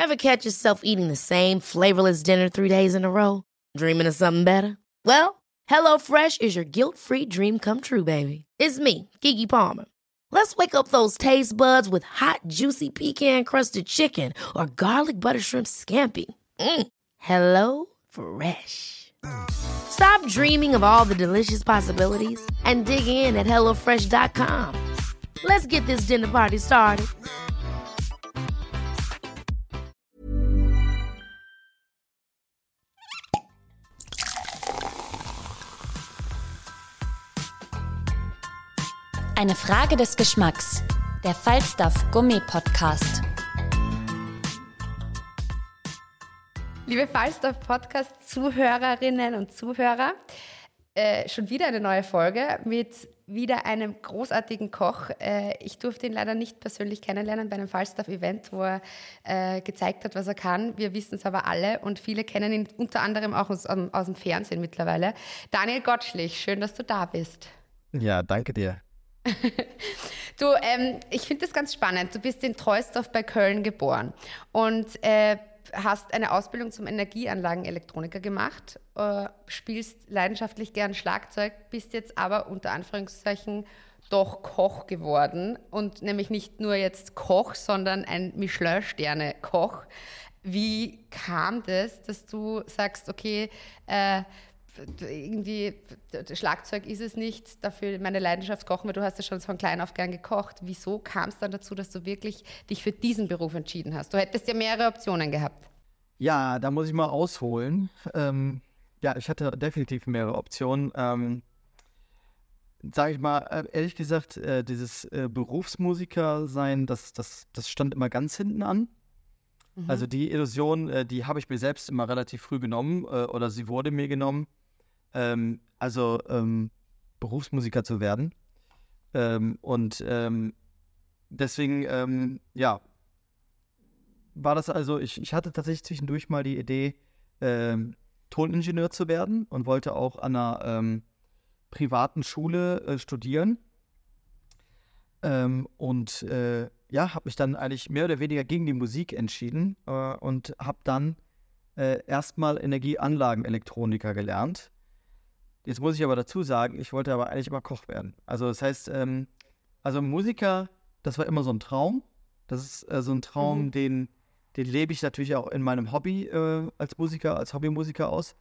Ever catch yourself eating the same flavorless dinner 3 days in a row? Dreaming of something better? Well, HelloFresh is your guilt-free dream come true, baby. It's me, Keke Palmer. Let's wake up those taste buds with hot, juicy pecan-crusted chicken or garlic butter shrimp scampi. Hello Fresh. Stop dreaming of all the delicious possibilities and dig in at HelloFresh.com. Let's get this dinner party started. Eine Frage des Geschmacks. Der Falstaff Gourmet Podcast. Liebe Falstaff-Podcast-Zuhörerinnen und Zuhörer, schon wieder eine neue Folge mit wieder einem großartigen Koch. Ich durfte ihn leider nicht persönlich kennenlernen bei einem Falstaff-Event, wo er gezeigt hat, was er kann. Wir wissen es aber alle und viele kennen ihn unter anderem auch aus dem Fernsehen mittlerweile. Daniel Gottschlich, schön, dass du da bist. Ja, danke dir. Du, ich finde das ganz spannend. Du bist in Troisdorf bei Köln geboren und hast eine Ausbildung zum Energieanlagenelektroniker gemacht, spielst leidenschaftlich gern Schlagzeug, bist jetzt aber unter Anführungszeichen doch Koch geworden und nämlich nicht nur jetzt Koch, sondern ein Michelin-Sterne-Koch. Wie kam das, dass du sagst, okay, irgendwie Schlagzeug ist es nicht, dafür meine Leidenschaft kochen, weil du hast ja schon von klein auf gern gekocht. Wieso kam es dann dazu, dass du wirklich dich für diesen Beruf entschieden hast? Du hättest ja mehrere Optionen gehabt. Ja, da muss ich mal ausholen. Ja, ich hatte definitiv mehrere Optionen. Sage ich mal, ehrlich gesagt, dieses Berufsmusiker sein, das stand immer ganz hinten an. Mhm. Also die Illusion, die habe ich mir selbst immer relativ früh genommen oder sie wurde mir genommen. Berufsmusiker zu werden. Deswegen, ja, war das also, ich hatte tatsächlich zwischendurch mal die Idee, Toningenieur zu werden und wollte auch an einer privaten Schule studieren. Ja, habe mich dann eigentlich mehr oder weniger gegen die Musik entschieden und habe dann erstmal Energieanlagenelektroniker gelernt. Jetzt muss ich aber dazu sagen, ich wollte aber eigentlich immer Koch werden. Also das heißt, also Musiker, das war immer so ein Traum. Das ist so ein Traum, den lebe ich natürlich auch in meinem Hobby als Musiker, als Hobbymusiker aus.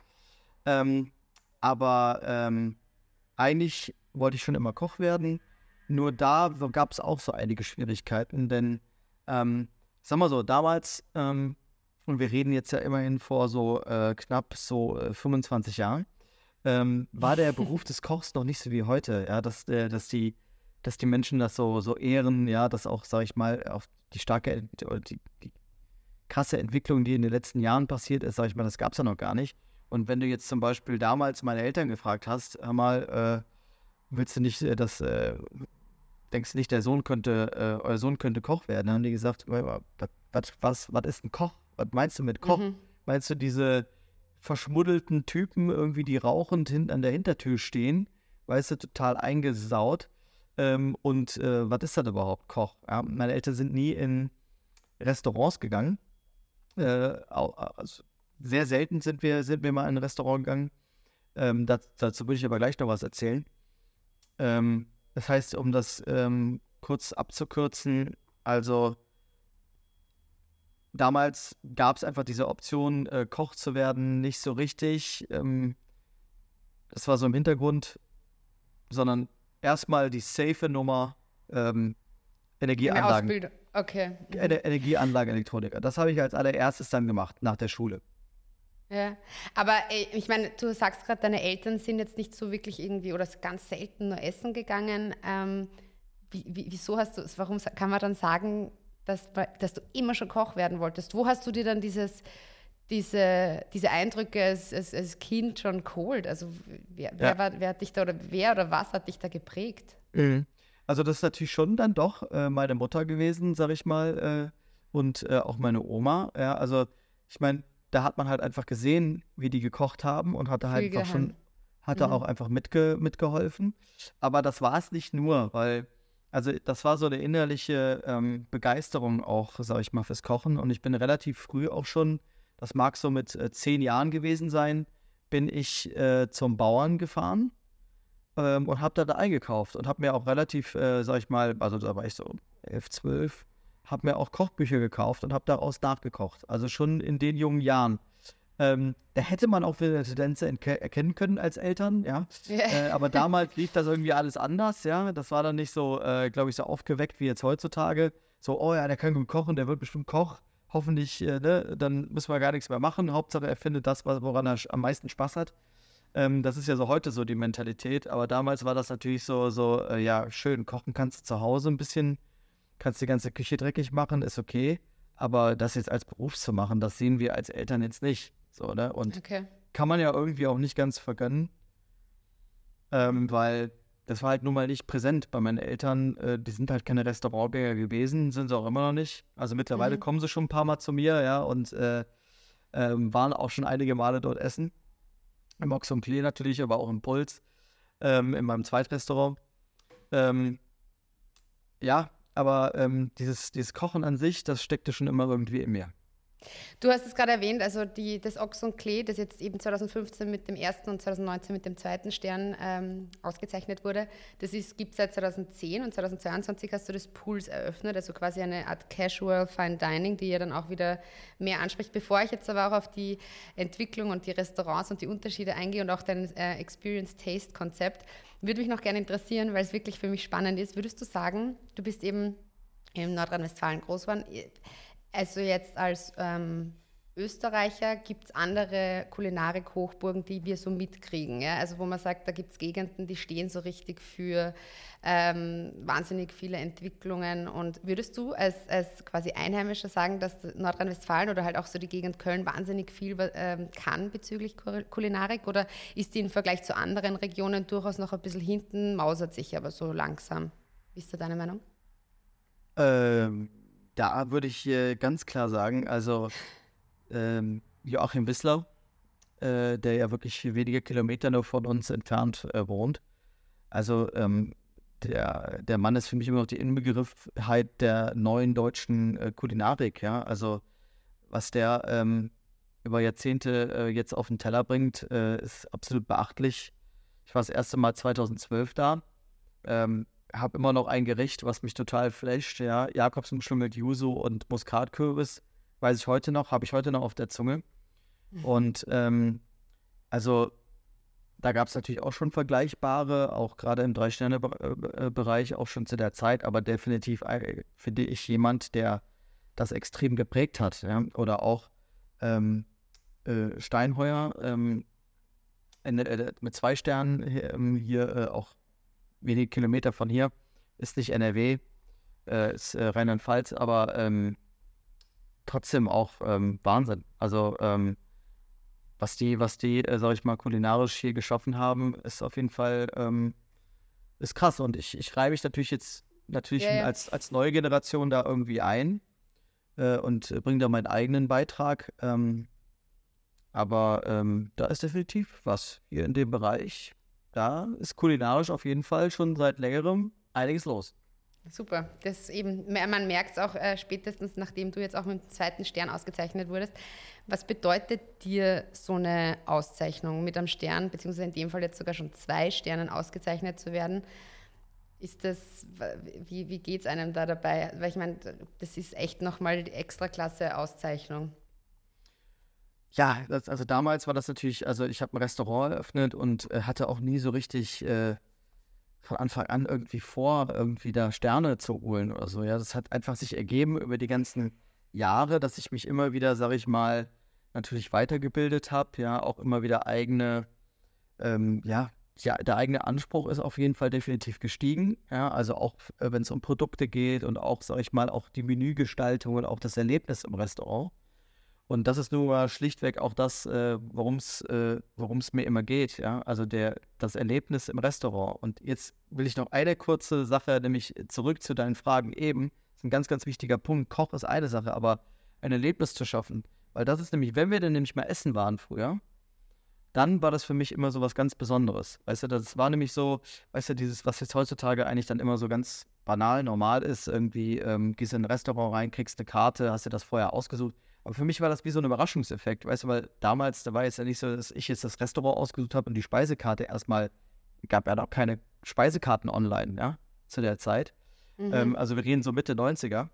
Eigentlich wollte ich schon immer Koch werden. Nur da gab es auch so einige Schwierigkeiten, denn sag mal so, damals, und wir reden jetzt ja immerhin vor so knapp so 25 Jahren, war der Beruf des Kochs noch nicht so wie heute, ja, dass die Menschen das so ehren, ja, dass auch, sag ich mal, auf die starke oder die krasse Entwicklung, die in den letzten Jahren passiert ist, sag ich mal, das gab es ja noch gar nicht. Und wenn du jetzt zum Beispiel damals meine Eltern gefragt hast, hör mal, willst du nicht, denkst du nicht, euer Sohn könnte Koch werden? Dann haben die gesagt, was ist ein Koch? Was meinst du mit Koch? Meinst du diese verschmuddelten Typen irgendwie, die rauchend an der Hintertür stehen, weißt du, total eingesaut? Was ist das überhaupt, Koch? Ja, meine Eltern sind nie in Restaurants gegangen. Also sehr selten sind wir mal in ein Restaurant gegangen. Dazu würde ich aber gleich noch was erzählen. Das heißt, um das kurz abzukürzen, also damals gab es einfach diese Option, Koch zu werden, nicht so richtig. Das war so im Hintergrund, sondern erstmal die safe Nummer Energieanlagen. Okay. Energieanlagenelektroniker. Das habe ich als allererstes dann gemacht, nach der Schule. Ja, aber ich meine, du sagst gerade, deine Eltern sind jetzt nicht so wirklich irgendwie oder ganz selten nur essen gegangen. Wieso warum kann man dann sagen, dass du immer schon Koch werden wolltest? Wo hast du dir dann diese Eindrücke als Kind schon geholt? Also wer hat dich da oder was hat dich da geprägt? Also das ist natürlich schon dann doch meine Mutter gewesen, sag ich mal, und auch meine Oma. Ja, also ich meine, da hat man halt einfach gesehen, wie die gekocht haben und hatte halt auch einfach mitgeholfen. Aber das war es nicht nur, weil also das war so eine innerliche Begeisterung auch, sag ich mal, fürs Kochen. Und ich bin relativ früh auch schon, das mag so mit 10 Jahren gewesen sein, bin ich zum Bauern gefahren und habe da eingekauft und habe mir auch relativ, sag ich mal, also da war ich so 11, 12, habe mir auch Kochbücher gekauft und habe daraus nachgekocht. Also schon in den jungen Jahren. Da hätte man auch wieder Tendenzen erkennen können als Eltern, ja. Aber damals lief das irgendwie alles anders, ja. Das war dann nicht so, glaube ich, so aufgeweckt wie jetzt heutzutage. So, oh ja, der kann gut kochen, der wird bestimmt Koch. Hoffentlich, ne, dann müssen wir gar nichts mehr machen. Hauptsache, er findet das, woran er am meisten Spaß hat. Das ist ja so heute so die Mentalität. Aber damals war das natürlich so, ja, schön. Kochen kannst du zu Hause ein bisschen, kannst die ganze Küche dreckig machen, ist okay. Aber das jetzt als Beruf zu machen, das sehen wir als Eltern jetzt nicht. So, ne? Und kann man ja irgendwie auch nicht ganz vergönnen, weil das war halt nun mal nicht präsent bei meinen Eltern. Die sind halt keine Restaurantgänger gewesen, sind sie auch immer noch nicht. Also mittlerweile kommen sie schon ein paar Mal zu mir, ja, und waren auch schon einige Male dort essen. Im Ochs und Klee natürlich, aber auch im Puls, in meinem Zweitrestaurant. Ja, aber dieses Kochen an sich, das steckte schon immer irgendwie in mir. Du hast es gerade erwähnt, also das Ochs und Klee, das jetzt eben 2015 mit dem ersten und 2019 mit dem zweiten Stern ausgezeichnet wurde, gibt es seit 2010 und 2022 hast du das Puls eröffnet, also quasi eine Art Casual Fine Dining, die ja dann auch wieder mehr anspricht. Bevor ich jetzt aber auch auf die Entwicklung und die Restaurants und die Unterschiede eingehe und auch dein Experience-Taste-Konzept, würde mich noch gerne interessieren, weil es wirklich für mich spannend ist. Würdest du sagen, du bist eben in Nordrhein-Westfalen groß geworden, also jetzt als Österreicher gibt es andere Kulinarik-Hochburgen, die wir so mitkriegen. Ja? Also wo man sagt, da gibt es Gegenden, die stehen so richtig für wahnsinnig viele Entwicklungen. Und würdest du als quasi Einheimischer sagen, dass Nordrhein-Westfalen oder halt auch so die Gegend Köln wahnsinnig viel kann bezüglich Kulinarik? Oder ist die im Vergleich zu anderen Regionen durchaus noch ein bisschen hinten, mausert sich aber so langsam? Wie ist da deine Meinung? Da würde ich ganz klar sagen, also Joachim Wissler, der ja wirklich wenige Kilometer nur von uns entfernt wohnt. Also der Mann ist für mich immer noch die Inbegriffheit der neuen deutschen Kulinarik. Ja? Also was der über Jahrzehnte jetzt auf den Teller bringt, ist absolut beachtlich. Ich war das erste Mal 2012 da. Habe immer noch ein Gericht, was mich total flasht, ja, Jakobsmuschel mit Yuzu und Muskatkürbis, weiß ich heute noch, habe ich heute noch auf der Zunge. Und also da gab es natürlich auch schon vergleichbare, auch gerade im 3-Sterne-Bereich, auch schon zu der Zeit, aber definitiv finde ich jemand, der das extrem geprägt hat, ja, oder auch Steinheuer mit 2 Sternen hier auch wenige Kilometer von hier, ist nicht NRW, ist Rheinland-Pfalz, aber trotzdem auch Wahnsinn. Also was die, sag ich mal, kulinarisch hier geschaffen haben, ist auf jeden Fall ist krass. Und ich schreibe mich natürlich als neue Generation da irgendwie ein und bringe da meinen eigenen Beitrag. Aber da ist definitiv was hier in dem Bereich. Da ist kulinarisch auf jeden Fall schon seit längerem einiges los. Super, das eben, man merkt es auch spätestens, nachdem du jetzt auch mit dem 2. Stern ausgezeichnet wurdest. Was bedeutet dir so eine Auszeichnung mit einem Stern, beziehungsweise in dem Fall jetzt sogar schon 2 Sternen ausgezeichnet zu werden? Wie geht es einem da dabei? Weil ich meine, das ist echt nochmal die extraklasse Auszeichnung. Ja, also damals war das natürlich, also ich habe ein Restaurant eröffnet und hatte auch nie so richtig von Anfang an irgendwie vor, irgendwie da Sterne zu holen oder so. Ja, das hat einfach sich ergeben über die ganzen Jahre, dass ich mich immer wieder, sage ich mal, natürlich weitergebildet habe, ja, auch immer wieder der eigene Anspruch ist auf jeden Fall definitiv gestiegen, ja, also auch wenn es um Produkte geht und auch, sage ich mal, auch die Menügestaltung und auch das Erlebnis im Restaurant. Und das ist nun mal schlichtweg auch das, worum es mir immer geht, ja, also das Erlebnis im Restaurant. Und jetzt will ich noch eine kurze Sache, nämlich zurück zu deinen Fragen eben. Das ist ein ganz, ganz wichtiger Punkt. Koch ist eine Sache, aber ein Erlebnis zu schaffen. Weil das ist nämlich, wenn wir dann nämlich mal essen waren früher, dann war das für mich immer so was ganz Besonderes. Weißt du, das war nämlich so, weißt du, dieses, was jetzt heutzutage eigentlich dann immer so ganz banal, normal ist, irgendwie gehst in ein Restaurant rein, kriegst eine Karte, hast dir das vorher ausgesucht. Aber für mich war das wie so ein Überraschungseffekt, weißt du, weil damals, da war jetzt ja nicht so, dass ich jetzt das Restaurant ausgesucht habe und die Speisekarte erstmal, gab ja noch keine Speisekarten online, ja, zu der Zeit. Also wir reden so Mitte 90er.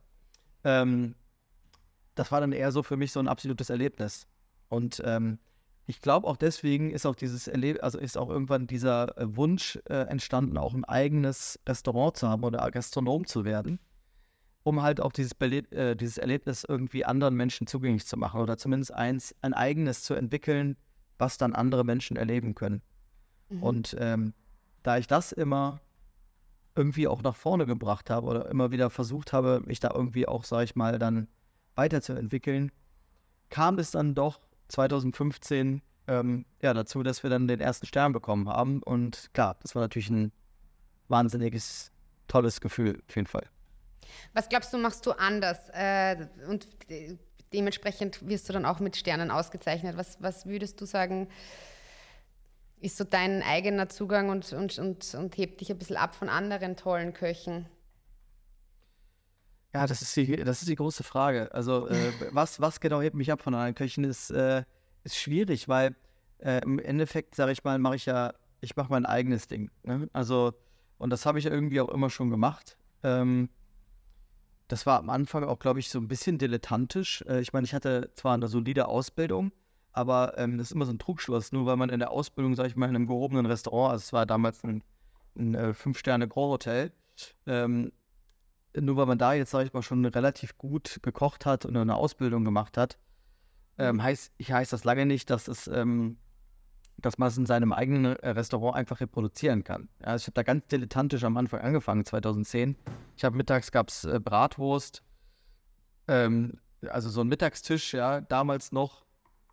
Das war dann eher so für mich so ein absolutes Erlebnis. Und ich glaube auch deswegen ist auch dieses also ist auch irgendwann dieser Wunsch entstanden, auch ein eigenes Restaurant zu haben oder Gastronom zu werden, um halt auch dieses Erlebnis irgendwie anderen Menschen zugänglich zu machen oder zumindest ein eigenes zu entwickeln, was dann andere Menschen erleben können. Und da ich das immer irgendwie auch nach vorne gebracht habe oder immer wieder versucht habe, mich da irgendwie auch, sag ich mal, dann weiterzuentwickeln, kam es dann doch 2015 dazu, dass wir dann den ersten Stern bekommen haben. Und klar, das war natürlich ein wahnsinniges, tolles Gefühl, auf jeden Fall. Was glaubst du, machst du anders? Und dementsprechend wirst du dann auch mit Sternen ausgezeichnet. Was würdest du sagen, ist so dein eigener Zugang und hebt dich ein bisschen ab von anderen tollen Köchen? Ja, das ist die große Frage. Also was genau hebt mich ab von anderen Köchen ist schwierig, weil im Endeffekt, sage ich mal, ich mache mein eigenes Ding. Ne? Also, und das habe ich irgendwie auch immer schon gemacht. Das war am Anfang auch, glaube ich, so ein bisschen dilettantisch. Ich meine, ich hatte zwar eine solide Ausbildung, aber das ist immer so ein Trugschluss. Nur weil man in der Ausbildung, sage ich mal, in einem gehobenen Restaurant, also es war damals ein 5-Sterne-Grand-Hotel, nur weil man da jetzt, sage ich mal, schon relativ gut gekocht hat und eine Ausbildung gemacht hat, heißt das lange nicht, dass man es in seinem eigenen Restaurant einfach reproduzieren kann. Ja, also ich habe da ganz dilettantisch am Anfang angefangen, 2010. Mittags gab es Bratwurst, also so ein Mittagstisch, ja, damals noch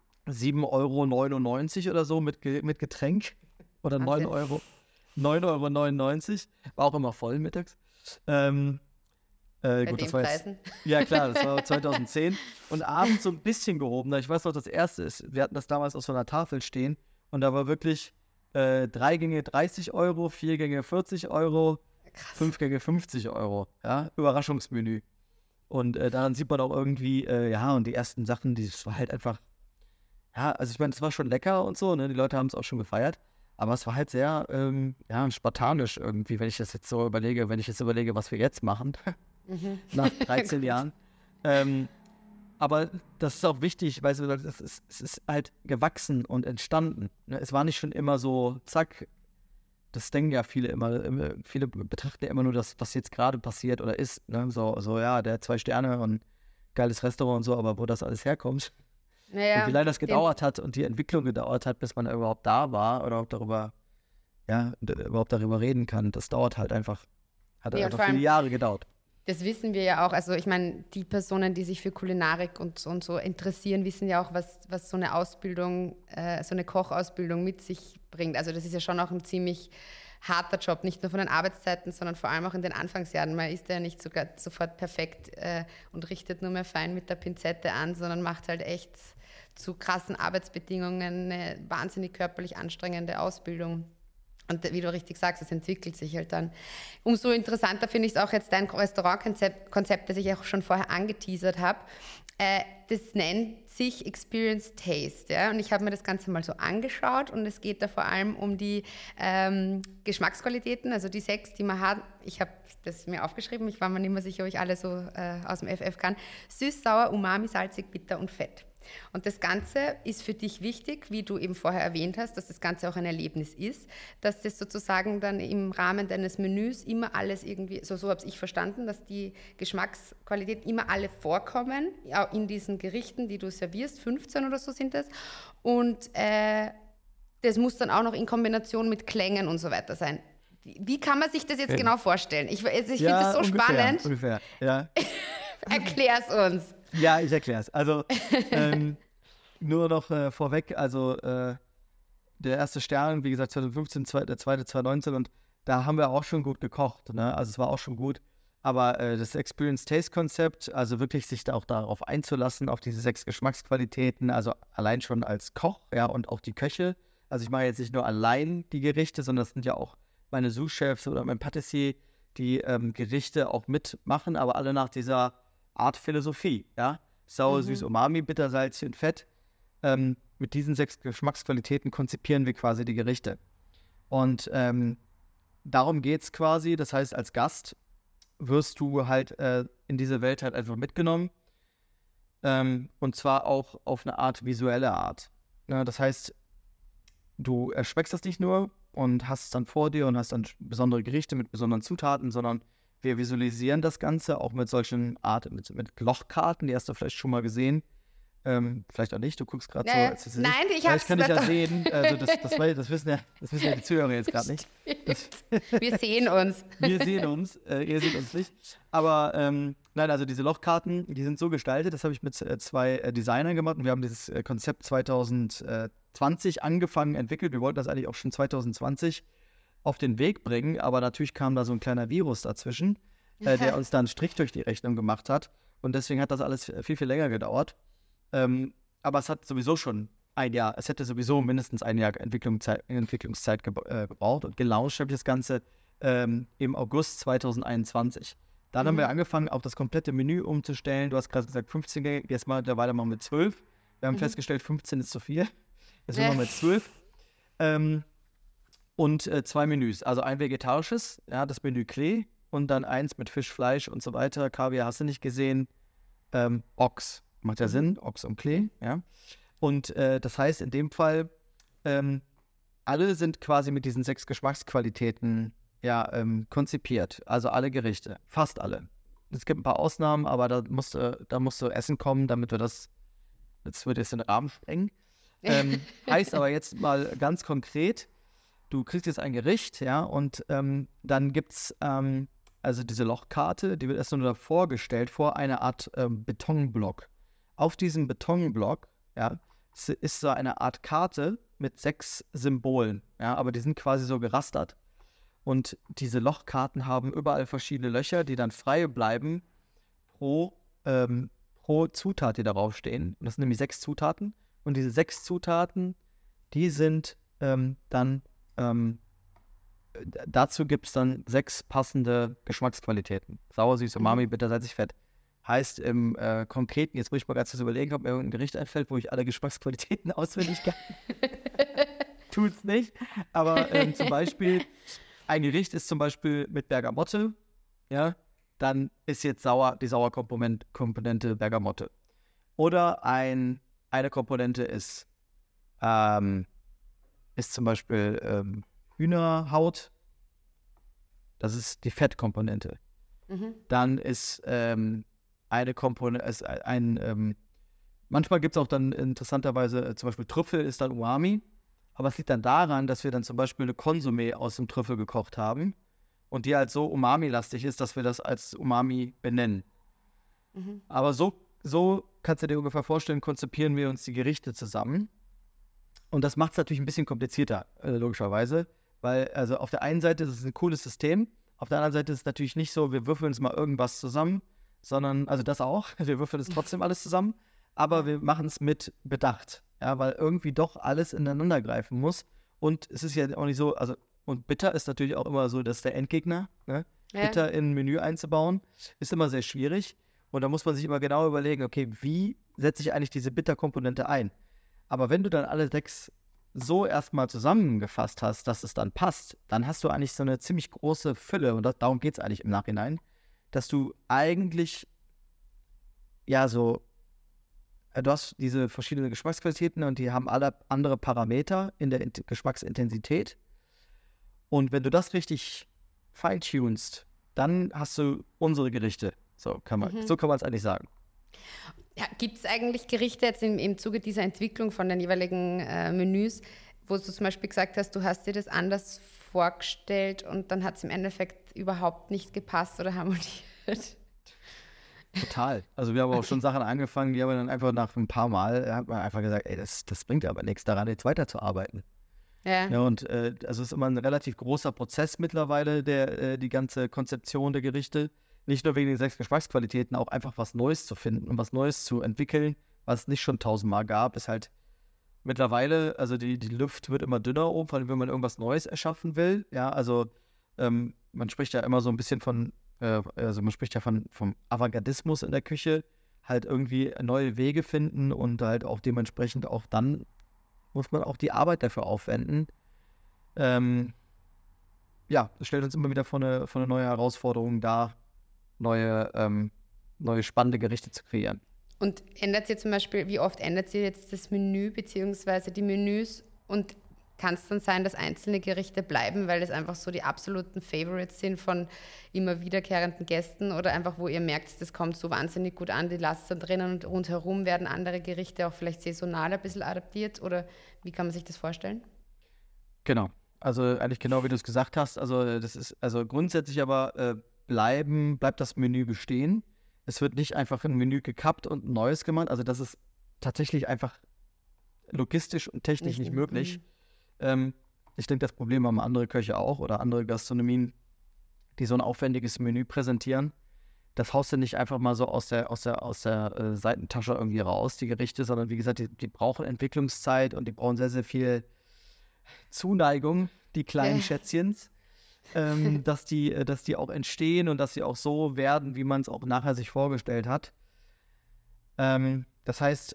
7,99 € oder so mit Getränk oder 9,99 €, war auch immer voll mittags. Gut, das war jetzt, ja klar, das war 2010 und abends so ein bisschen gehobener. Ich weiß noch, das erste ist, wir hatten das damals auf so einer Tafel stehen und da war wirklich 3 Gänge 30 €, 4 Gänge 40 €, 5 Gänge 50 €, ja, Überraschungsmenü. Und daran sieht man auch irgendwie, und die ersten Sachen, das war halt einfach, ja, also ich meine, es war schon lecker und so, ne, die Leute haben es auch schon gefeiert, aber es war halt sehr, spartanisch irgendwie, wenn ich jetzt überlege, was wir jetzt machen. Nach 13 Jahren. Aber das ist auch wichtig, weil es ist halt gewachsen und entstanden. Ne? Es war nicht schon immer so, zack, das denken ja viele immer, viele betrachten ja immer nur das, was jetzt gerade passiert oder ist. Ne? So, ja, der 2 Sterne und geiles Restaurant und so, aber wo das alles herkommt und wie lange das gedauert hat und die Entwicklung gedauert hat, bis man überhaupt da war oder überhaupt darüber reden kann, das dauert halt einfach, hat einfach viele Jahre gedauert. Das wissen wir ja auch. Also ich meine, die Personen, die sich für Kulinarik und so interessieren, wissen ja auch, was so eine Ausbildung, so eine Kochausbildung mit sich bringt. Also das ist ja schon auch ein ziemlich harter Job, nicht nur von den Arbeitszeiten, sondern vor allem auch in den Anfangsjahren. Man ist ja nicht sogar sofort perfekt und richtet nur mehr fein mit der Pinzette an, sondern macht halt echt zu krassen Arbeitsbedingungen eine wahnsinnig körperlich anstrengende Ausbildung. Und wie du richtig sagst, es entwickelt sich halt dann. Umso interessanter finde ich es auch jetzt dein Restaurantkonzept, das ich auch schon vorher angeteasert habe. Das nennt sich Experience Taste. Ja? Und ich habe mir das Ganze mal so angeschaut und es geht da vor allem um die Geschmacksqualitäten, also die 6, die man hat. Ich habe das mir aufgeschrieben, ich war mir nicht mehr sicher, ob ich alle so aus dem FF kann. Süß, sauer, umami, salzig, bitter und fett. Und das Ganze ist für dich wichtig, wie du eben vorher erwähnt hast, dass das Ganze auch ein Erlebnis ist, dass das sozusagen dann im Rahmen deines Menüs immer alles irgendwie, so habe ich verstanden, dass die Geschmacksqualitäten immer alle vorkommen, auch in diesen Gerichten, die du servierst, 15 oder so sind das. Und das muss dann auch noch in Kombination mit Klängen und so weiter sein. Wie kann man sich das jetzt genau vorstellen? Ich finde das so spannend. Ungefähr, ja. Erklär's uns. Ja, ich erkläre es. Also nur noch vorweg, also der erste Stern, wie gesagt 2015, der zweite 2019 und da haben wir auch schon gut gekocht, ne? Also es war auch schon gut, aber das Experience-Taste-Konzept, also wirklich sich da auch darauf einzulassen, auf diese 6 Geschmacksqualitäten, also allein schon als Koch, ja, und auch die Köche Also ich mache jetzt nicht nur allein die Gerichte, sondern das sind ja auch meine Sous-Chefs oder mein Patissier, die Gerichte auch mitmachen, aber alle nach dieser Art Philosophie, ja. Sauer, süß, Umami, bitter, salzig und fett. Mit diesen 6 Geschmacksqualitäten konzipieren wir quasi die Gerichte. Und darum geht es quasi. Das heißt, als Gast wirst du halt in diese Welt halt einfach mitgenommen. Und zwar auch auf eine Art visuelle Art. Ja, das heißt, du erschmeckst das nicht nur und hast es dann vor dir und hast dann besondere Gerichte mit besonderen Zutaten, sondern wir visualisieren das Ganze auch mit solchen mit Lochkarten, die hast du vielleicht schon mal gesehen. Vielleicht auch nicht, du guckst gerade so. Nein, ich hab's. Ich kann dich ja sehen. Also das wissen ja die Zuhörer jetzt gerade nicht. Wir sehen uns. Wir sehen uns, ihr seht uns nicht. Aber nein, also diese Lochkarten, die sind so gestaltet, das habe ich mit 2 Designern gemacht und wir haben dieses Konzept 2020 angefangen, entwickelt. Wir wollten das eigentlich auch schon 2020 auf den Weg bringen, aber natürlich kam da so ein kleiner Virus dazwischen, der uns dann einen Strich durch die Rechnung gemacht hat und deswegen hat das alles viel, viel länger gedauert. Aber es hat sowieso schon ein Jahr, es hätte sowieso mindestens ein Jahr Entwicklungszeit gebraucht und gelauncht habe ich das Ganze im August 2021. Dann haben wir angefangen, auch das komplette Menü umzustellen. Du hast gerade gesagt 15 Gänge, jetzt mal mittlerweile machen wir 12. Wir haben festgestellt, 15 ist zu viel. Deswegen machen wir 12. Und 2 Menüs, also ein vegetarisches, ja, das Menü Klee und dann eins mit Fisch, Fleisch und so weiter. Kaviar hast du nicht gesehen. Ochs. Macht ja Sinn, Ochs und Klee, ja. Und das heißt, in dem Fall, alle sind quasi mit diesen 6 Geschmacksqualitäten konzipiert. Also alle Gerichte, fast alle. Es gibt ein paar Ausnahmen, aber da musste Essen kommen, damit wir das würde jetzt den Rahmen sprengen. Heißt aber jetzt mal ganz konkret, du kriegst jetzt ein Gericht, ja, und dann gibt es also diese Lochkarte, die wird erst nur davor gestellt, vor einer Art Betonblock. Auf diesem Betonblock, ja, ist so eine Art Karte mit 6 Symbolen, ja, aber die sind quasi so gerastert. Und diese Lochkarten haben überall verschiedene Löcher, die dann frei bleiben pro Zutat, die darauf stehen. Und das sind nämlich 6 Zutaten. Und diese 6 Zutaten, die sind dazu gibt es dann 6 passende Geschmacksqualitäten. Sauer, süß, umami, bitter, salzig, fett. Heißt im Konkreten, jetzt muss ich mal ganz kurz überlegen, ob mir irgendein Gericht einfällt, wo ich alle Geschmacksqualitäten auswendig kann. Tut's nicht. Aber zum Beispiel, ein Gericht ist zum Beispiel mit Bergamotte, ja, dann ist jetzt die Sauerkomponente Bergamotte. Oder eine Komponente ist zum Beispiel Hühnerhaut. Das ist die Fettkomponente. Dann ist eine Komponente, manchmal gibt es auch dann interessanterweise, zum Beispiel Trüffel ist dann Umami, aber es liegt dann daran, dass wir dann zum Beispiel eine Konsumé aus dem Trüffel gekocht haben und die halt so Umami-lastig ist, dass wir das als Umami benennen. Aber so kannst du dir ungefähr vorstellen, konzipieren wir uns die Gerichte zusammen und das macht es natürlich ein bisschen komplizierter, logischerweise, weil also auf der einen Seite ist es ein cooles System, auf der anderen Seite ist es natürlich nicht so, wir würfeln uns mal irgendwas zusammen, sondern, also das auch, wir würfeln es trotzdem alles zusammen, aber wir machen es mit Bedacht, ja, weil irgendwie doch alles ineinander greifen muss und es ist ja auch nicht so, also, und bitter ist natürlich auch immer so, dass der Endgegner, ne? Ja. Bitter in ein Menü einzubauen, ist immer sehr schwierig und da muss man sich immer genau überlegen, okay, wie setze ich eigentlich diese Bitterkomponente ein? Aber wenn du dann alle 6 so erstmal zusammengefasst hast, dass es dann passt, dann hast du eigentlich so eine ziemlich große Fülle und darum geht es eigentlich im Nachhinein, dass du eigentlich, ja, so, du hast diese verschiedenen Geschmacksqualitäten und die haben alle andere Parameter in der Geschmacksintensität und wenn du das richtig feintunst, dann hast du unsere Gerichte. So kann man es eigentlich sagen. Ja, gibt es eigentlich Gerichte jetzt im Zuge dieser Entwicklung von den jeweiligen Menüs, wo du zum Beispiel gesagt hast, du hast dir das anders vorgestellt und dann hat es im Endeffekt überhaupt nicht gepasst oder harmoniert? Total. Also wir haben auch schon Sachen angefangen, die haben dann einfach nach ein paar Mal, hat man einfach gesagt, ey, das bringt aber nichts daran, jetzt weiterzuarbeiten. Ja, und also es ist immer ein relativ großer Prozess mittlerweile, die ganze Konzeption der Gerichte. Nicht nur wegen den 6 Geschmacksqualitäten, auch einfach was Neues zu finden und was Neues zu entwickeln, was es nicht schon 1000-mal gab, ist halt mittlerweile, also die Luft wird immer dünner oben, vor allem wenn man irgendwas Neues erschaffen will. Ja, also man spricht ja immer so ein bisschen vom Avantgardismus in der Küche, halt irgendwie neue Wege finden und halt auch dementsprechend auch dann muss man auch die Arbeit dafür aufwenden. Das stellt uns immer wieder vor eine neue Herausforderung dar, neue spannende Gerichte zu kreieren. Und ändert ihr zum Beispiel, wie oft ändert ihr jetzt das Menü beziehungsweise die Menüs und kann es dann sein, dass einzelne Gerichte bleiben, weil es einfach so die absoluten Favorites sind von immer wiederkehrenden Gästen oder einfach, wo ihr merkt, das kommt so wahnsinnig gut an, die lasst dann drinnen und rundherum werden andere Gerichte auch vielleicht saisonal ein bisschen adaptiert oder wie kann man sich das vorstellen? Genau, also eigentlich genau wie du es gesagt hast, also das ist, also grundsätzlich aber bleibt das Menü bestehen. Es wird nicht einfach ein Menü gekappt und ein neues gemacht, also das ist tatsächlich einfach logistisch und technisch nicht möglich. Ich denke, das Problem haben andere Köche auch oder andere Gastronomien, die so ein aufwendiges Menü präsentieren. Das haust du nicht einfach mal so aus der Seitentasche irgendwie raus, die Gerichte, sondern wie gesagt, die brauchen Entwicklungszeit und die brauchen sehr, sehr viel Zuneigung, die kleinen Schätzchens, dass die auch entstehen und dass sie auch so werden, wie man es auch nachher sich vorgestellt hat. Das heißt,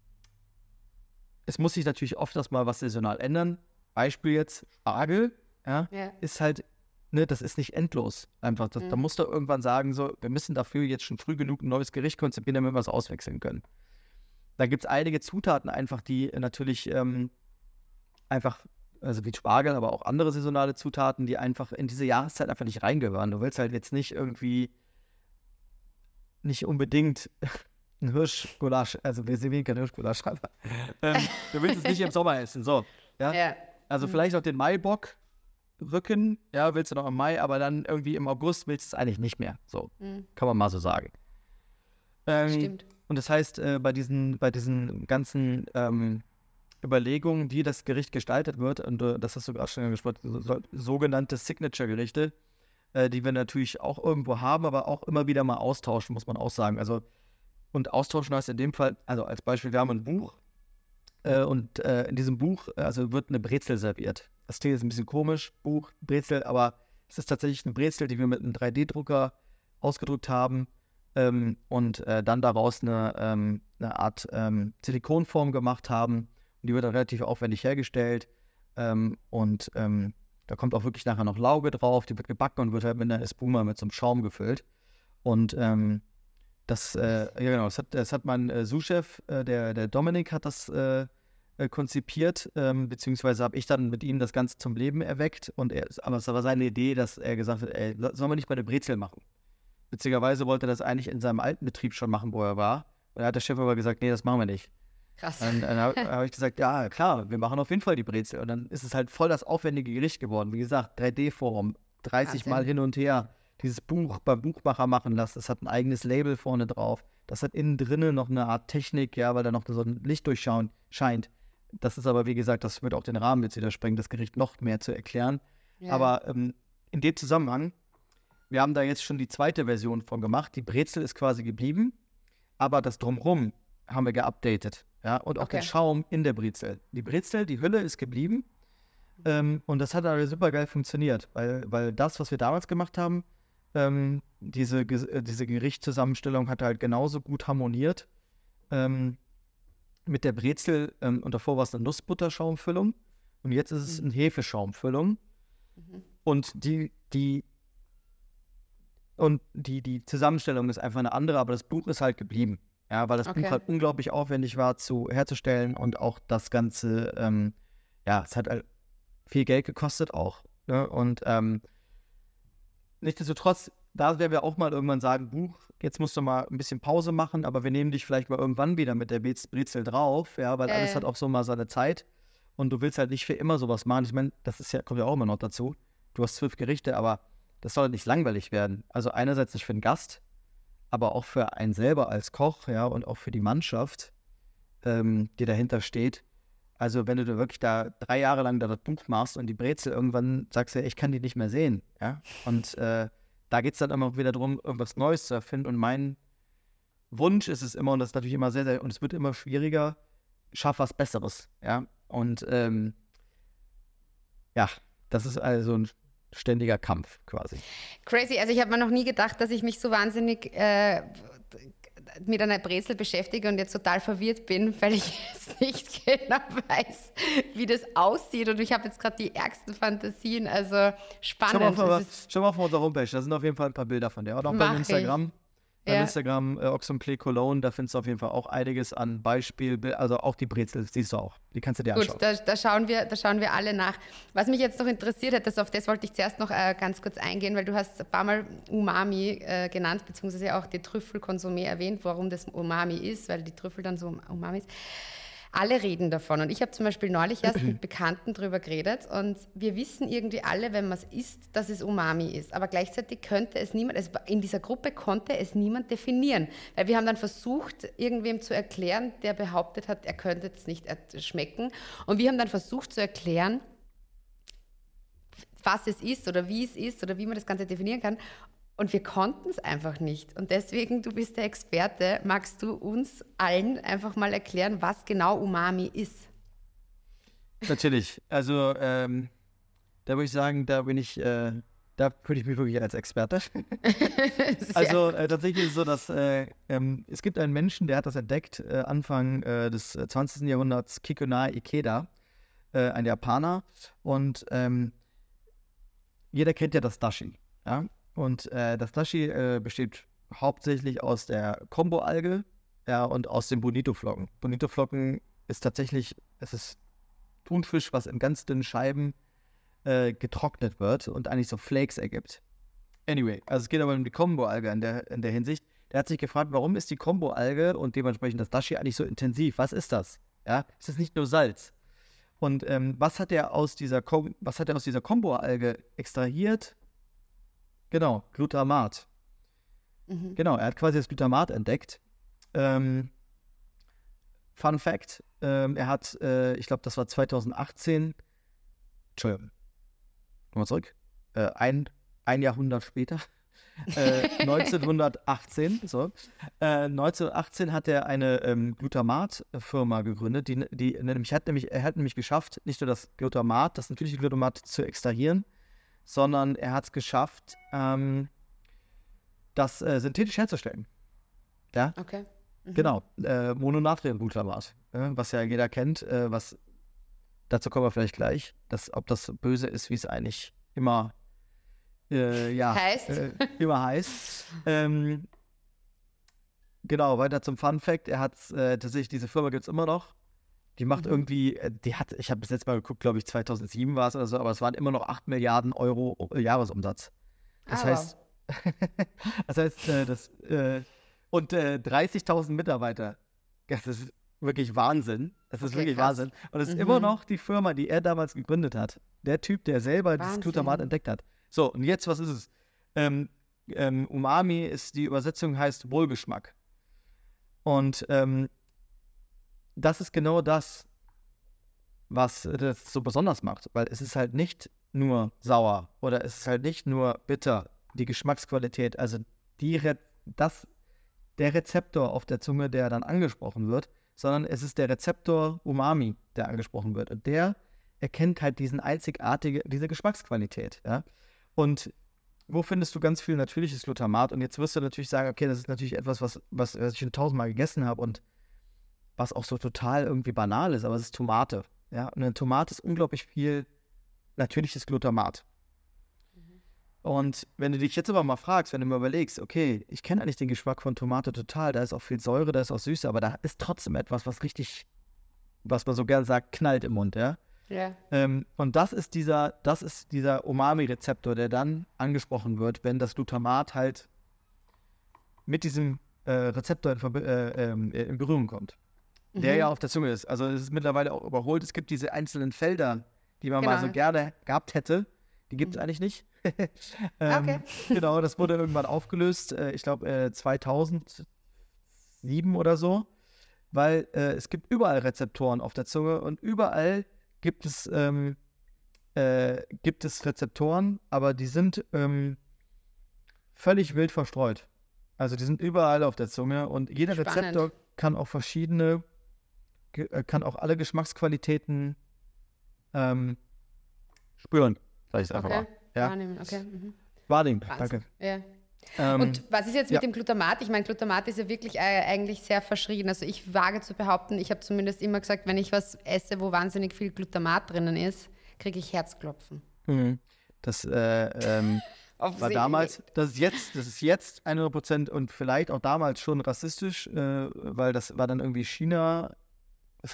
es muss sich natürlich oft mal was saisonal ändern. Beispiel jetzt Spargel, ist halt, ne, das ist nicht endlos. Einfach, da musst du irgendwann sagen, so, wir müssen dafür jetzt schon früh genug ein neues Gericht konzipieren, damit wir es auswechseln können. Da gibt es einige Zutaten einfach, die natürlich einfach, also wie Spargel, aber auch andere saisonale Zutaten, die einfach in diese Jahreszeit einfach nicht reingehören. Du willst halt jetzt nicht unbedingt ein Hirschgulasch, also wir sehen kein Hirschgulasch, aber du willst es nicht im Sommer essen, so. Ja? Also vielleicht auch den Maibock Rücken, ja, willst du noch im Mai, aber dann irgendwie im August willst du es eigentlich nicht mehr, so, kann man mal so sagen. Stimmt. Und das heißt, bei diesen ganzen Überlegungen, wie das Gericht gestaltet wird, und das hast du gerade schon angesprochen, sogenannte Signature-Gerichte, die wir natürlich auch irgendwo haben, aber auch immer wieder mal austauschen, muss man auch sagen. Also, und austauschen heißt in dem Fall, also als Beispiel, wir haben ein Buch und in diesem Buch wird eine Brezel serviert. Das klingt jetzt ein bisschen komisch, Buch, Brezel, aber es ist tatsächlich eine Brezel, die wir mit einem 3D-Drucker ausgedruckt haben und dann daraus eine Art Silikonform gemacht haben. Und die wird dann relativ aufwendig hergestellt da kommt auch wirklich nachher noch Lauge drauf, die wird gebacken und wird halt mit einer Espuma, mit so einem Schaum gefüllt. Und das hat mein Sous-Chef, der Dominik, hat das konzipiert, beziehungsweise habe ich dann mit ihm das Ganze zum Leben erweckt. Aber es war seine Idee, dass er gesagt hat, ey, sollen wir nicht mal eine Brezel machen? Witzigerweise wollte er das eigentlich in seinem alten Betrieb schon machen, wo er war. Und da hat der Chef aber gesagt, nee, das machen wir nicht. Krass. Dann habe ich gesagt, ja, klar, wir machen auf jeden Fall die Brezel. Und dann ist es halt voll das aufwendige Gericht geworden. Wie gesagt, 3D-Form, 30 Mal hin und her. Dieses Buch beim Buchmacher machen lassen. Das hat ein eigenes Label vorne drauf. Das hat innen drinnen noch eine Art Technik, ja, weil da noch so ein Licht scheint. Das ist aber, wie gesagt, das wird auch den Rahmen jetzt wieder sprengen, das Gericht noch mehr zu erklären. Ja. Aber in dem Zusammenhang, wir haben da jetzt schon die zweite Version von gemacht. Die Brezel ist quasi geblieben, aber das Drumherum haben wir geupdatet. Ja, und auch den Schaum in der Brezel. Die Brezel, die Hülle ist geblieben und das hat aber super geil funktioniert, weil das, was wir damals gemacht haben, diese Gerichtszusammenstellung hat halt genauso gut harmoniert mit der Brezel und davor war es eine Nussbutterschaumfüllung und jetzt ist es eine Hefeschaumfüllung und die Zusammenstellung ist einfach eine andere, aber das Buch ist halt geblieben. Ja, weil das Buch halt unglaublich aufwendig war herzustellen und auch das Ganze, es hat halt viel Geld gekostet auch. Ne? Und nichtsdestotrotz, da werden wir auch mal irgendwann sagen, Buch, jetzt musst du mal ein bisschen Pause machen, aber wir nehmen dich vielleicht mal irgendwann wieder mit der Brezel drauf, ja, weil alles hat auch so mal seine Zeit und du willst halt nicht für immer sowas machen. Ich meine, kommt ja auch immer noch dazu. Du hast 12 Gerichte, aber das soll nicht langweilig werden. Also einerseits nicht für den Gast, aber auch für einen selber als Koch, ja, und auch für die Mannschaft, die dahinter steht. Also wenn du wirklich da 3 Jahre lang das Buch machst und die Brezel irgendwann sagst du, ich kann die nicht mehr sehen, ja, und da geht es dann immer wieder darum, irgendwas Neues zu erfinden und mein Wunsch ist es immer, und das ist natürlich immer sehr, sehr, und es wird immer schwieriger, schaff was Besseres, ja. Und das ist also ein ständiger Kampf quasi. Crazy, also ich habe mir noch nie gedacht, dass ich mich so wahnsinnig mit einer Brezel beschäftige und jetzt total verwirrt bin, weil ich jetzt nicht genau weiß, wie das aussieht. Und ich habe jetzt gerade die ärgsten Fantasien, also spannend. Schau mal auf unserer Homepage, da sind auf jeden Fall ein paar Bilder von der. Und auch beim Instagram. Beim Instagram Oxenplay Cologne, da findest du auf jeden Fall auch einiges an Beispiel, also auch die Brezel, siehst du auch. Die kannst du dir anschauen. Gut, da schauen wir alle nach. Was mich jetzt noch interessiert hat, auf das wollte ich zuerst noch ganz kurz eingehen, weil du hast ein paar Mal Umami genannt, beziehungsweise auch die Trüffelkonsumé erwähnt, warum das Umami ist, weil die Trüffel dann so Umami ist. Alle reden davon und ich habe zum Beispiel neulich erst mit Bekannten drüber geredet und wir wissen irgendwie alle, wenn man es isst, dass es Umami ist, aber gleichzeitig könnte es niemand, also in dieser Gruppe konnte es niemand definieren, weil wir haben dann versucht, irgendwem zu erklären, der behauptet hat, er könnte es nicht schmecken und wir haben dann versucht zu erklären, was es ist oder wie man das Ganze definieren kann. Und wir konnten es einfach nicht. Und deswegen, du bist der Experte, magst du uns allen einfach mal erklären, was genau Umami ist? Natürlich. Also, da würde ich sagen, da fühle ich mich wirklich als Experte. Also, tatsächlich ist es so, dass es gibt einen Menschen, der hat das entdeckt, Anfang des 20. Jahrhunderts, Kikunae Ikeda, ein Japaner. Und jeder kennt ja das Dashi, ja? Und das Dashi besteht hauptsächlich aus der Kombo-Alge, ja, und aus den Bonito-Flocken. Bonito-Flocken ist tatsächlich, es ist Thunfisch, was in ganz dünnen Scheiben getrocknet wird und eigentlich so Flakes ergibt. Anyway, also es geht aber um die Kombo-Alge in der Hinsicht. Der hat sich gefragt, warum ist die Kombo-Alge und dementsprechend das Dashi eigentlich so intensiv? Was ist das? Ja, es ist nicht nur Salz. Und was hat er aus dieser Kombo-Alge extrahiert? Genau, Glutamat. Mhm. Genau, er hat quasi das Glutamat entdeckt. Fun Fact, er hat, ich glaube, das war 2018, Entschuldigung, nochmal zurück, ein Jahrhundert später, 1918, 1918 hat er eine Glutamat-Firma gegründet, er hat nämlich geschafft, nicht nur das Glutamat, das natürliche Glutamat zu extrahieren, sondern er hat es geschafft, das synthetisch herzustellen. Ja? Okay. Mhm. Genau, Mononatriumglutamat, was ja jeder kennt, dazu kommen wir vielleicht gleich, ob das böse ist, wie es eigentlich immer heißt. Immer heißt. Genau, weiter zum Fun Fact, er hat tatsächlich, diese Firma gibt es immer noch. Die macht irgendwie, ich habe bis jetzt mal geguckt, glaube ich, 2007 war es oder so, aber es waren immer noch 8 Milliarden Euro Jahresumsatz. Das heißt, und 30.000 Mitarbeiter. Das ist wirklich Wahnsinn. Das ist wirklich krass. Wahnsinn. Und es ist immer noch die Firma, die er damals gegründet hat. Der Typ, der selber das Glutamat entdeckt hat. So, und jetzt, was ist es? Umami ist, die Übersetzung heißt Wohlgeschmack. Und das ist genau das, was das so besonders macht, weil es ist halt nicht nur sauer oder es ist halt nicht nur bitter, die Geschmacksqualität, also der Rezeptor auf der Zunge, der dann angesprochen wird, sondern es ist der Rezeptor Umami, der angesprochen wird und der erkennt halt diese Geschmacksqualität, ja. Und wo findest du ganz viel natürliches Glutamat? Und jetzt wirst du natürlich sagen, okay, das ist natürlich etwas, was ich schon 1000-mal gegessen habe und was auch so total irgendwie banal ist, aber es ist Tomate. Ja? Und in Tomate ist unglaublich viel natürliches Glutamat. Mhm. Und wenn du dich jetzt aber mal fragst, wenn du mal überlegst, okay, ich kenne eigentlich den Geschmack von Tomate total, da ist auch viel Säure, da ist auch Süße, aber da ist trotzdem etwas, was man so gern sagt, knallt im Mund, ja? Ja. Und das ist dieser Umami-Rezeptor, der dann angesprochen wird, wenn das Glutamat halt mit diesem Rezeptor in Berührung kommt. Der ja auf der Zunge ist. Also es ist mittlerweile auch überholt. Es gibt diese einzelnen Felder, die man mal so gerne gehabt hätte. Die gibt es eigentlich nicht. Okay. Genau, das wurde irgendwann aufgelöst. Ich glaube 2007 oder so. Weil es gibt überall Rezeptoren auf der Zunge und überall gibt es Rezeptoren, aber die sind völlig wild verstreut. Also die sind überall auf der Zunge und jeder Rezeptor kann auch verschiedene kann auch alle Geschmacksqualitäten spüren, sag ich es einfach mal. Ja? Wahrnehmen, okay. Mhm. Wahrnehmen, Wahnsinn. danke. Ja. Und was ist jetzt mit ja. dem Glutamat? Ich meine, Glutamat ist ja wirklich eigentlich sehr verschrien. Also ich wage zu behaupten, ich habe zumindest immer gesagt, wenn ich was esse, wo wahnsinnig viel Glutamat drinnen ist, kriege ich Herzklopfen. Das war damals, das ist jetzt 100% und vielleicht auch damals schon rassistisch, weil das war dann irgendwie China, weiß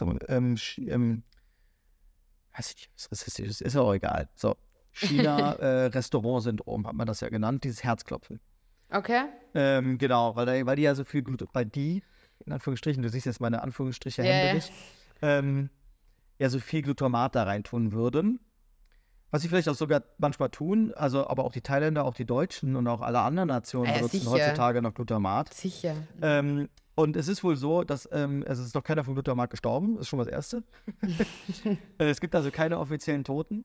ich nicht, was rassistisch ist, ist auch egal. So, China-Restaurant-Syndrom hat man das ja genannt, dieses Herzklopfen. Okay. Genau, weil die ja so viel in Anführungsstrichen, du siehst jetzt meine Anführungsstriche Hände nicht, ja so viel Glutamat da reintun würden. Was sie vielleicht auch sogar manchmal tun, also aber auch die Thailänder, auch die Deutschen und auch alle anderen Nationen benutzen sicher. heutzutage noch Glutamat. Sicher. Und es ist wohl so, dass es ist noch keiner von Glutamat gestorben, das ist schon das Erste. Es gibt also keine offiziellen Toten.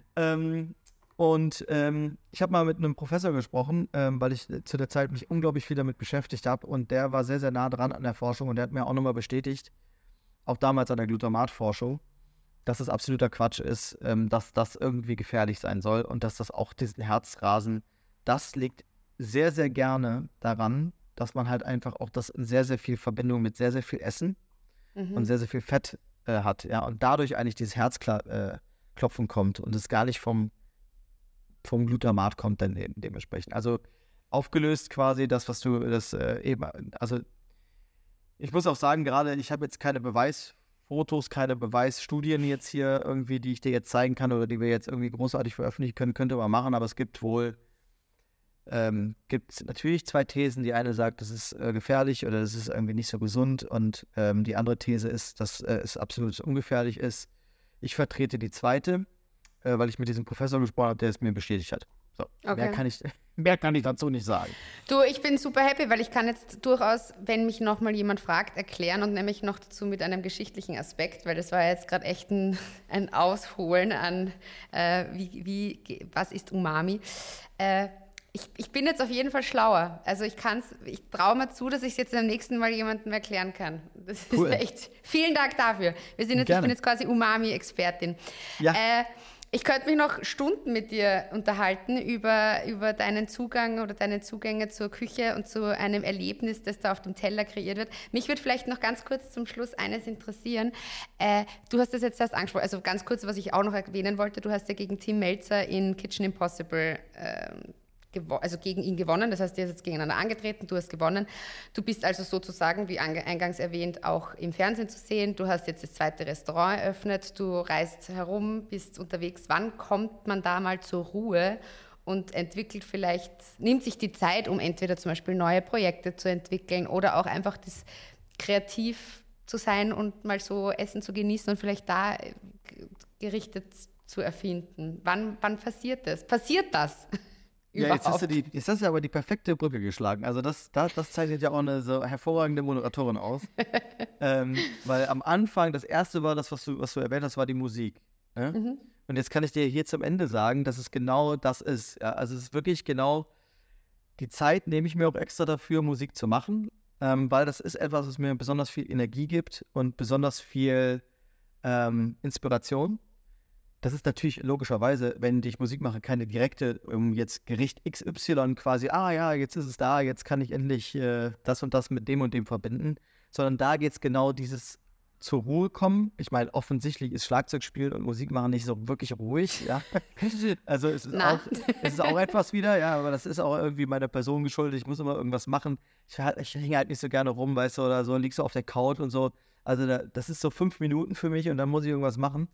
Ich habe mal mit einem Professor gesprochen, weil ich zu der Zeit mich unglaublich viel damit beschäftigt habe und der war sehr, sehr nah dran an der Forschung und der hat mir auch nochmal bestätigt, auch damals an der Glutamatforschung, dass es absoluter Quatsch ist, dass das irgendwie gefährlich sein soll und dass das auch diesen Herzrasen, das liegt sehr, sehr gerne daran, dass man halt einfach auch das in sehr, sehr viel Verbindung mit sehr, sehr viel Essen und sehr, sehr viel Fett hat, ja, und dadurch eigentlich dieses Herzklopfen kommt und es gar nicht vom Glutamat kommt dann dementsprechend. Also aufgelöst quasi das, was du also ich muss auch sagen, gerade ich habe jetzt keine Beweisfotos, keine Beweisstudien jetzt hier irgendwie, die ich dir jetzt zeigen kann oder die wir jetzt irgendwie großartig veröffentlichen können, könnte man machen, aber es gibt wohl natürlich zwei Thesen. Die eine sagt, das ist gefährlich oder das ist irgendwie nicht so gesund und die andere These ist, dass es absolut ungefährlich ist. Ich vertrete die zweite, weil ich mit diesem Professor gesprochen habe, der es mir bestätigt hat. So, okay. Mehr kann ich dazu nicht sagen. Du, ich bin super happy, weil ich kann jetzt durchaus, wenn mich nochmal jemand fragt, erklären und nämlich noch dazu mit einem geschichtlichen Aspekt, weil das war jetzt gerade echt ein Ausholen an, was ist Umami. Ich bin jetzt auf jeden Fall schlauer. Also ich traue mir zu, dass ich es jetzt beim nächsten Mal jemandem erklären kann. Das ist echt, vielen Dank dafür. Ich bin jetzt quasi Umami-Expertin. Ja. Ich könnte mich noch Stunden mit dir unterhalten über deinen Zugang oder deine Zugänge zur Küche und zu einem Erlebnis, das da auf dem Teller kreiert wird. Mich würde vielleicht noch ganz kurz zum Schluss eines interessieren. Du hast das jetzt erst angesprochen, also ganz kurz, was ich auch noch erwähnen wollte. Du hast ja gegen Tim Melzer in Kitchen Impossible gegen ihn gewonnen, das heißt, ihr seid jetzt gegeneinander angetreten, du hast gewonnen. Du bist also sozusagen, wie eingangs erwähnt, auch im Fernsehen zu sehen. Du hast jetzt das zweite Restaurant eröffnet, du reist herum, bist unterwegs. Wann kommt man da mal zur Ruhe und nimmt sich die Zeit, um entweder zum Beispiel neue Projekte zu entwickeln oder auch einfach das kreativ zu sein und mal so Essen zu genießen und vielleicht da gerichtet zu erfinden? Wann passiert das? Passiert das? Ja, jetzt hast du aber die perfekte Brücke geschlagen. Also das zeichnet ja auch eine so hervorragende Moderatorin aus. Weil am Anfang, das erste war das, was du erwähnt hast, war die Musik. Ne? Mhm. Und jetzt kann ich dir hier zum Ende sagen, dass es genau das ist. Ja? Also es ist wirklich genau, die Zeit nehme ich mir auch extra dafür, Musik zu machen, weil das ist etwas, was mir besonders viel Energie gibt und besonders viel Inspiration. Das ist natürlich logischerweise, wenn ich Musik mache, keine direkte, jetzt Gericht XY quasi, jetzt ist es da, jetzt kann ich endlich das und das mit dem und dem verbinden, sondern da geht es genau dieses zur Ruhe kommen. Ich meine, offensichtlich ist Schlagzeugspielen und Musik machen nicht so wirklich ruhig, ja. Also es ist auch etwas wieder, ja, aber das ist auch irgendwie meiner Person geschuldet. Ich muss immer irgendwas machen. Ich hänge halt nicht so gerne rum, weißt du, oder so, lieg so auf der Couch und so. Also das ist so 5 Minuten für mich und dann muss ich irgendwas machen.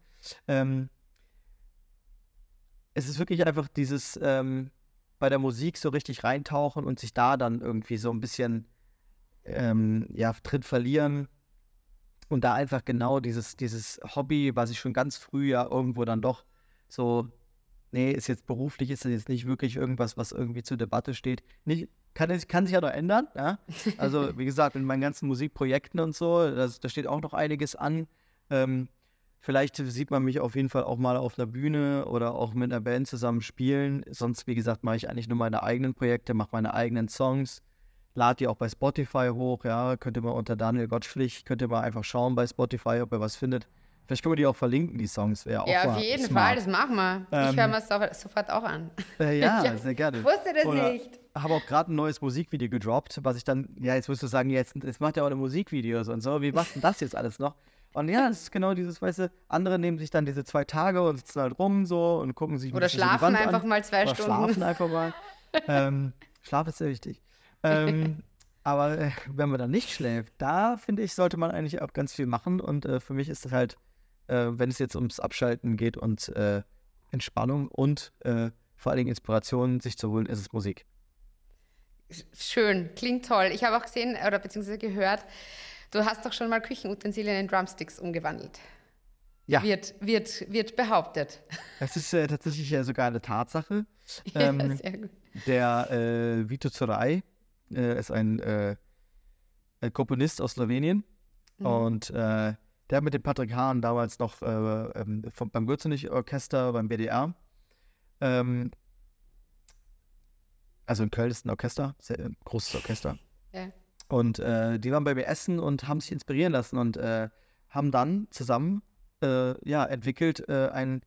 Es ist wirklich einfach dieses bei der Musik so richtig reintauchen und sich da dann irgendwie so ein bisschen drin verlieren und da einfach genau dieses Hobby, was ich schon ganz früh ja irgendwo dann doch so, ist jetzt beruflich, ist das jetzt nicht wirklich irgendwas, was irgendwie zur Debatte steht. Kann sich ja noch ändern, ja? Also wie gesagt, in meinen ganzen Musikprojekten und so, da steht auch noch einiges an. Vielleicht sieht man mich auf jeden Fall auch mal auf einer Bühne oder auch mit einer Band zusammen spielen. Sonst, wie gesagt, mache ich eigentlich nur meine eigenen Projekte, mache meine eigenen Songs. lade die auch bei Spotify hoch, ja, könnt ihr mal unter Daniel Gottschlich, könnt ihr mal einfach schauen bei Spotify, ob ihr was findet. Vielleicht können wir die auch verlinken, die Songs, wäre auch Ja, mal auf jeden smart. Fall, das machen wir. Ich höre mir sofort auch an. Ja, sehr gerne. Ich wusste das Oder nicht. habe auch gerade ein neues Musikvideo gedroppt, was ich dann, ja, jetzt musst du sagen, jetzt macht ja auch eine Musikvideos und so, wie machst du denn das jetzt alles noch? Und ja, das ist genau dieses, weißt du, andere nehmen sich dann diese 2 Tage und sitzen halt rum so und gucken sich ein Oder bisschen so die schlafen Wand einfach an. mal 2 Oder Stunden. schlafen einfach mal. Schlaf ist sehr wichtig. Aber wenn man dann nicht schläft, da finde ich, sollte man eigentlich auch ganz viel machen. Und für mich ist das halt, wenn es jetzt ums Abschalten geht und Entspannung und vor allen Dingen Inspiration sich zu holen, ist es Musik. Schön, klingt toll. Ich habe auch gesehen oder beziehungsweise gehört, du hast doch schon mal Küchenutensilien in Drumsticks umgewandelt. Ja. Wird behauptet. Das ist tatsächlich sogar eine Tatsache. Ja, sehr gut. Der Vito Zorai ist ein Komponist aus Slowenien und der hat mit dem Patrick Hahn damals noch beim Gürzenich-Orchester, beim BDR, also in Köln ist ein Orchester, sehr großes Orchester. Ja. Und die waren bei mir essen und haben sich inspirieren lassen und haben dann zusammen entwickelt ein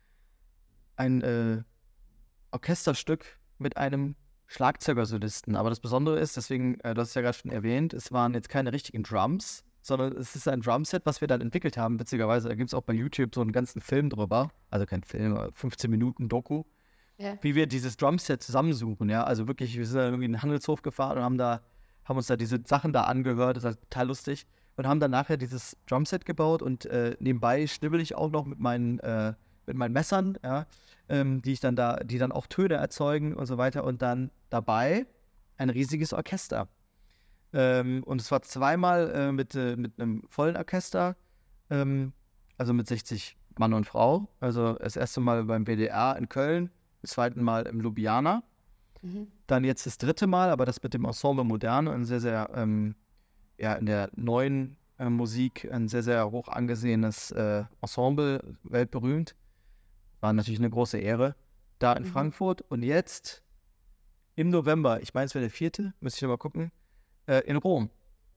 Orchesterstück mit einem Schlagzeugersolisten. Aber das Besondere ist, deswegen, du hast es ja gerade schon erwähnt, es waren jetzt keine richtigen Drums, sondern es ist ein Drumset, was wir dann entwickelt haben, witzigerweise. Da gibt es auch bei YouTube so einen ganzen Film drüber, also kein Film, aber 15 Minuten Doku, wie wir dieses Drumset zusammensuchen, ja. Also wirklich, wir sind da irgendwie in den Handelshof gefahren und haben uns da diese Sachen da angehört, das ist total lustig. Und haben dann nachher dieses Drumset gebaut und nebenbei schnibbel ich auch noch mit meinen Messern, ja, die dann auch Töne erzeugen und so weiter. Und dann dabei ein riesiges Orchester. Und es war zweimal mit einem vollen Orchester, also mit 60 Mann und Frau. Also das erste Mal beim WDR in Köln, das zweite Mal im Ljubljana. Dann jetzt das 3. Mal, aber das mit dem Ensemble Moderne, ein sehr, sehr in der neuen Musik ein sehr, sehr hoch angesehenes Ensemble, weltberühmt. War natürlich eine große Ehre. Da in Frankfurt und jetzt im November, ich meine, es wäre der 4., müsste ich noch mal gucken, in Rom.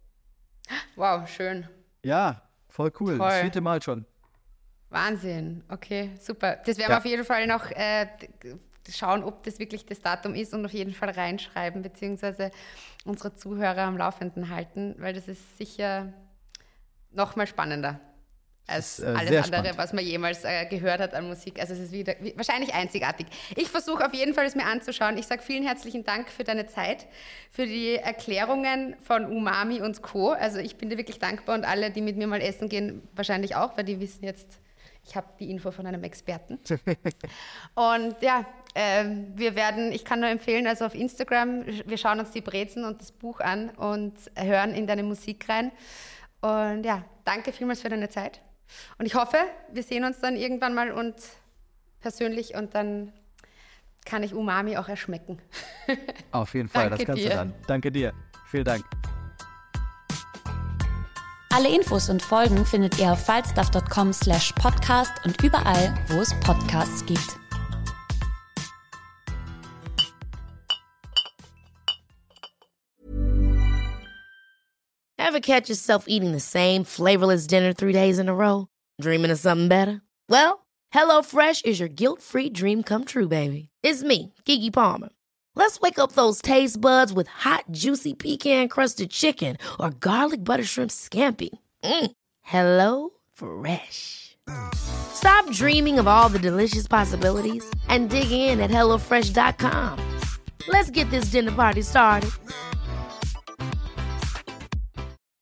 Wow, schön. Ja, voll cool. Toll. Das 4. Mal schon. Wahnsinn. Okay, super. Das werden wir auf jeden Fall noch schauen, ob das wirklich das Datum ist und auf jeden Fall reinschreiben, beziehungsweise unsere Zuhörer am Laufenden halten, weil das ist sicher noch mal spannender als alles andere, spannend, was man jemals gehört hat an Musik. Also es ist wahrscheinlich einzigartig. Ich versuche auf jeden Fall, es mir anzuschauen. Ich sage vielen herzlichen Dank für deine Zeit, für die Erklärungen von Umami und Co. Also ich bin dir wirklich dankbar und alle, die mit mir mal essen gehen, wahrscheinlich auch, weil die wissen jetzt, ich habe die Info von einem Experten. Und ja, ich kann nur empfehlen, also auf Instagram, wir schauen uns die Brezen und das Buch an und hören in deine Musik rein. Und ja, danke vielmals für deine Zeit. Und ich hoffe, wir sehen uns dann irgendwann mal und persönlich und dann kann ich Umami auch erschmecken. Auf jeden Fall, das kannst du dann. Danke dir. Vielen Dank. Alle Infos und Folgen findet ihr auf falstaff.com/podcast und überall, wo es Podcasts gibt. Ever catch yourself eating the same flavorless dinner 3 days in a row? Dreaming of something better? Well, HelloFresh is your guilt-free dream come true, baby. It's me, Keke Palmer. Let's wake up those taste buds with hot, juicy pecan-crusted chicken or garlic butter shrimp scampi. Hello Fresh. Stop dreaming of all the delicious possibilities and dig in at HelloFresh.com. Let's get this dinner party started.